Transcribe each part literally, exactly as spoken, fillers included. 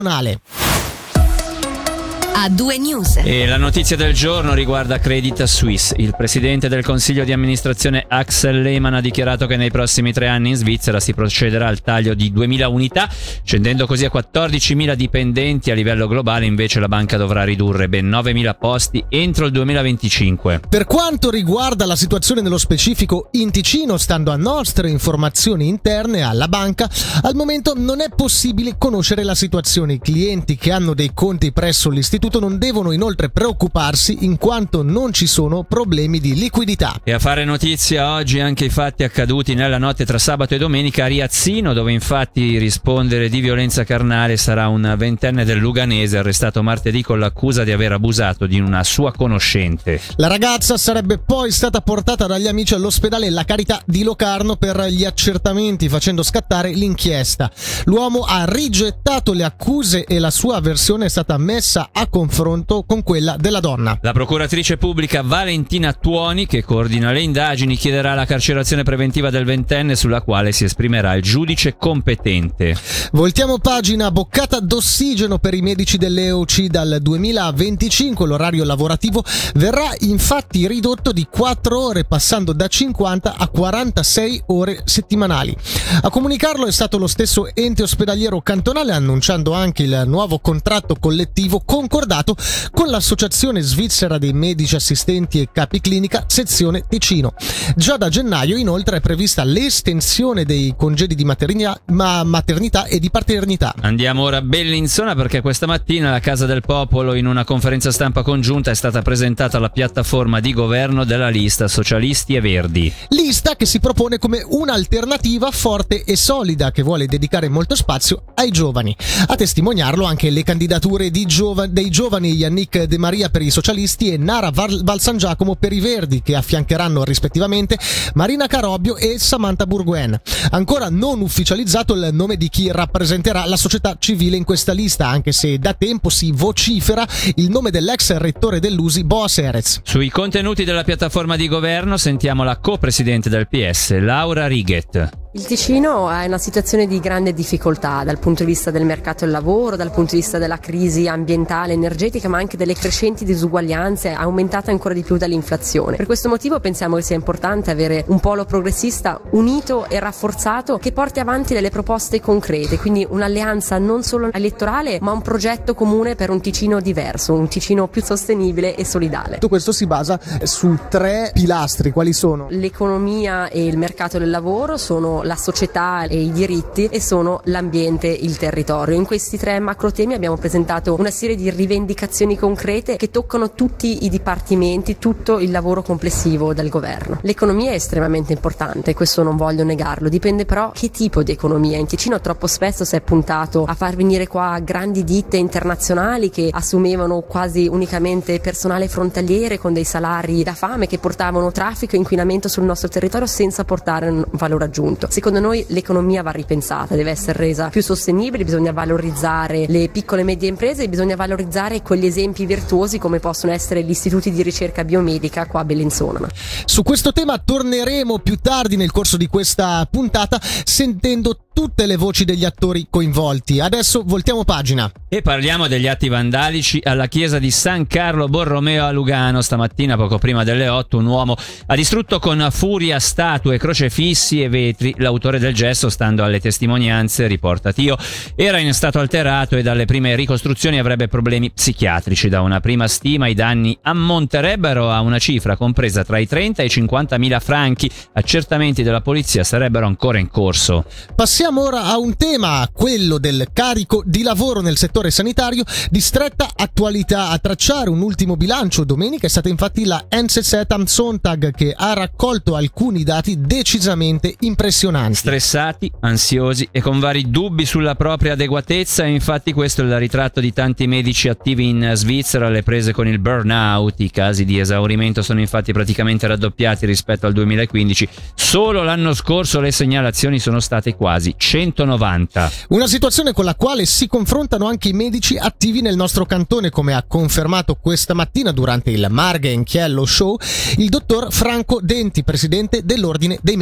A due News. E la notizia del giorno riguarda Credit Suisse. Il presidente del consiglio di amministrazione Axel Lehmann ha dichiarato che nei prossimi tre anni in Svizzera si procederà al taglio di duemila unità, scendendo così a quattordicimila dipendenti. A livello globale invece la banca dovrà ridurre ben novemila posti entro il duemilaventicinque. Per quanto riguarda la situazione nello specifico in Ticino, stando a nostre informazioni interne alla banca, al momento non è possibile conoscere la situazione. I clienti che hanno dei conti presso l'istituto non devono inoltre preoccuparsi in quanto non ci sono problemi di liquidità. E a fare notizia oggi anche i fatti accaduti nella notte tra sabato e domenica a Riazzino, dove infatti rispondere di violenza carnale sarà un ventenne del Luganese arrestato martedì con l'accusa di aver abusato di una sua conoscente. La ragazza sarebbe poi stata portata dagli amici all'ospedale La Carità di Locarno per gli accertamenti, facendo scattare l'inchiesta. L'uomo ha rigettato le accuse e la sua versione è stata messa a confronto con quella della donna. La procuratrice pubblica Valentina Tuoni, che coordina le indagini, chiederà la carcerazione preventiva del ventenne, sulla quale si esprimerà il giudice competente. Voltiamo pagina. Boccata d'ossigeno per i medici dell'E O C dal duemilaventicinque. L'orario lavorativo verrà infatti ridotto di quattro ore, passando da cinquanta a quarantasei ore settimanali. A comunicarlo è stato lo stesso ente ospedaliero cantonale, annunciando anche il nuovo contratto collettivo concordato con l'Associazione Svizzera dei Medici Assistenti e Capiclinica sezione Ticino. Già da gennaio inoltre è prevista l'estensione dei congedi di maternità, ma maternità e di paternità. Andiamo ora a Bellinzona, perché questa mattina alla Casa del Popolo, in una conferenza stampa congiunta, è stata presentata la piattaforma di governo della lista Socialisti e Verdi. Lista che si propone come un'alternativa forte e solida, che vuole dedicare molto spazio ai giovani. A testimoniarlo anche le candidature di giova- dei giovani Yannick De Maria per i socialisti e Nara Val, Val San Giacomo per i Verdi, che affiancheranno rispettivamente Marina Carobbio e Samantha Bourgoin. Ancora non ufficializzato il nome di chi rappresenterà la società civile in questa lista, anche se da tempo si vocifera il nome dell'ex rettore dell'U S I Boas Erez. Sui contenuti della piattaforma di governo sentiamo la co-presidente del P S, Laura Righet. Il Ticino è una situazione di grande difficoltà dal punto di vista del mercato del lavoro, dal punto di vista della crisi ambientale, energetica, ma anche delle crescenti disuguaglianze aumentate ancora di più dall'inflazione. Per questo motivo pensiamo che sia importante avere un polo progressista unito e rafforzato che porti avanti delle proposte concrete, quindi un'alleanza non solo elettorale ma un progetto comune per un Ticino diverso, un Ticino più sostenibile e solidale. Tutto questo si basa su tre pilastri. Quali sono? L'economia e il mercato del lavoro, sono la società e i diritti, e sono l'ambiente e il territorio. In questi tre macro temi abbiamo presentato una serie di rivendicazioni concrete che toccano tutti i dipartimenti, tutto il lavoro complessivo del governo. L'economia è estremamente importante, questo non voglio negarlo, dipende però che tipo di economia. In Ticino troppo spesso si è puntato a far venire qua grandi ditte internazionali che assumevano quasi unicamente personale frontaliere con dei salari da fame, che portavano traffico e inquinamento sul nostro territorio senza portare un valore aggiunto. Secondo noi l'economia va ripensata, deve essere resa più sostenibile, bisogna valorizzare le piccole e medie imprese e bisogna valorizzare quegli esempi virtuosi come possono essere gli istituti di ricerca biomedica qua a Bellinzona. Su questo tema torneremo più tardi nel corso di questa puntata, sentendo tutte le voci degli attori coinvolti. Adesso voltiamo pagina e parliamo degli atti vandalici alla chiesa di San Carlo Borromeo a Lugano. Stamattina, poco prima delle otto, un uomo ha distrutto con furia statue, crocefissi e vetri. L'autore del gesto, stando alle testimonianze, riporta Tio, era in stato alterato e dalle prime ricostruzioni avrebbe problemi psichiatrici. Da una prima stima i danni ammonterebbero a una cifra compresa tra i trenta e i cinquantamila franchi. Accertamenti della polizia sarebbero ancora in corso. Passiamo ora a un tema, quello del carico di lavoro nel settore sanitario, di stretta attualità. A tracciare un ultimo bilancio domenica è stata infatti la N Z Z am Sonntag, che ha raccolto alcuni dati decisamente impressionanti. Stressati, ansiosi e con vari dubbi sulla propria adeguatezza, e infatti questo è il ritratto di tanti medici attivi in Svizzera alle prese con il burnout. I casi di esaurimento sono infatti praticamente raddoppiati rispetto al duemilaquindici. Solo l'anno scorso le segnalazioni sono state quasi centonovanta. Una situazione con la quale si confrontano anche i medici attivi nel nostro cantone, come ha confermato questa mattina durante il Margen Chiello Show il dottor Franco Denti, presidente dell'Ordine dei Medici.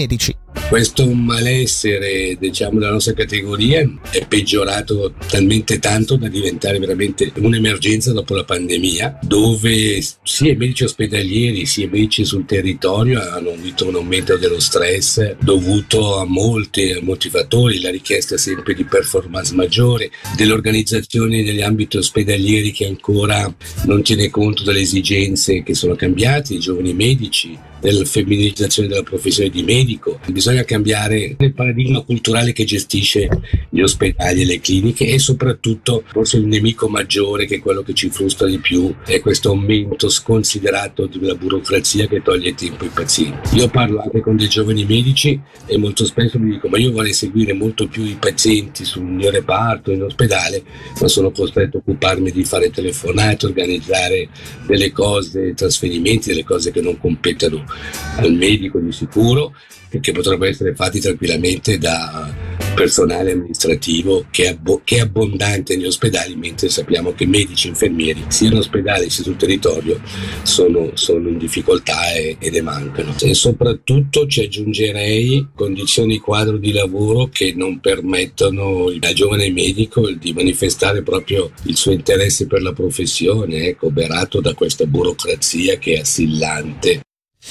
Questo malessere, diciamo, della nostra categoria è peggiorato talmente tanto da diventare veramente un'emergenza dopo la pandemia, dove sia i medici ospedalieri sia i medici sul territorio hanno avuto un aumento dello stress dovuto a molti, a molti fattori, la richiesta sempre di performance maggiore, delle organizzazioni negli ambiti ospedalieri che ancora non tiene conto delle esigenze che sono cambiate, i giovani medici, della femminilizzazione della professione di medico. Bisogna cambiare il paradigma culturale che gestisce gli ospedali e le cliniche, e soprattutto forse il nemico maggiore, che è quello che ci frustra di più, è questo aumento sconsiderato della burocrazia che toglie tempo ai pazienti. Io parlo anche con dei giovani medici e molto spesso mi dico: ma io vorrei seguire molto più i pazienti sul mio reparto in ospedale, ma sono costretto a occuparmi di fare telefonate, organizzare delle cose, trasferimenti, delle cose che non competono al medico di sicuro, e che potrebbero essere fatti tranquillamente da personale amministrativo che è, abbo- che è abbondante negli ospedali, mentre sappiamo che medici e infermieri sia in ospedale sia sul territorio sono, sono in difficoltà e, e ne mancano. E soprattutto ci aggiungerei condizioni quadro di lavoro che non permettono al giovane medico di manifestare proprio il suo interesse per la professione, ecco, oberato da questa burocrazia che è assillante.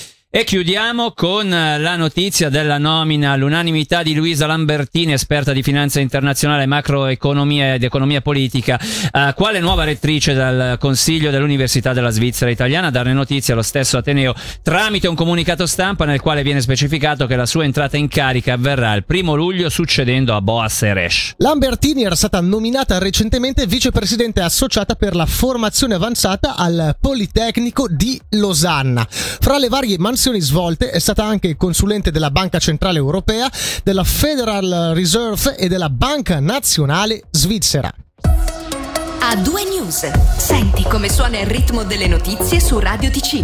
E chiudiamo con la notizia della nomina all'unanimità di Luisa Lambertini, esperta di finanza internazionale, macroeconomia ed economia politica, uh, quale nuova rettrice dal Consiglio dell'Università della Svizzera Italiana. Darne notizia allo stesso Ateneo tramite un comunicato stampa nel quale viene specificato che la sua entrata in carica avverrà il primo luglio, succedendo a Boaz Eresh. Lambertini era stata nominata recentemente vicepresidente associata per la formazione avanzata al Politecnico di Losanna. Fra le varie mansioni svolte è stata anche consulente della Banca Centrale Europea, della Federal Reserve e della Banca Nazionale Svizzera. A due News. Senti come suona il ritmo delle notizie su Radio Ticino.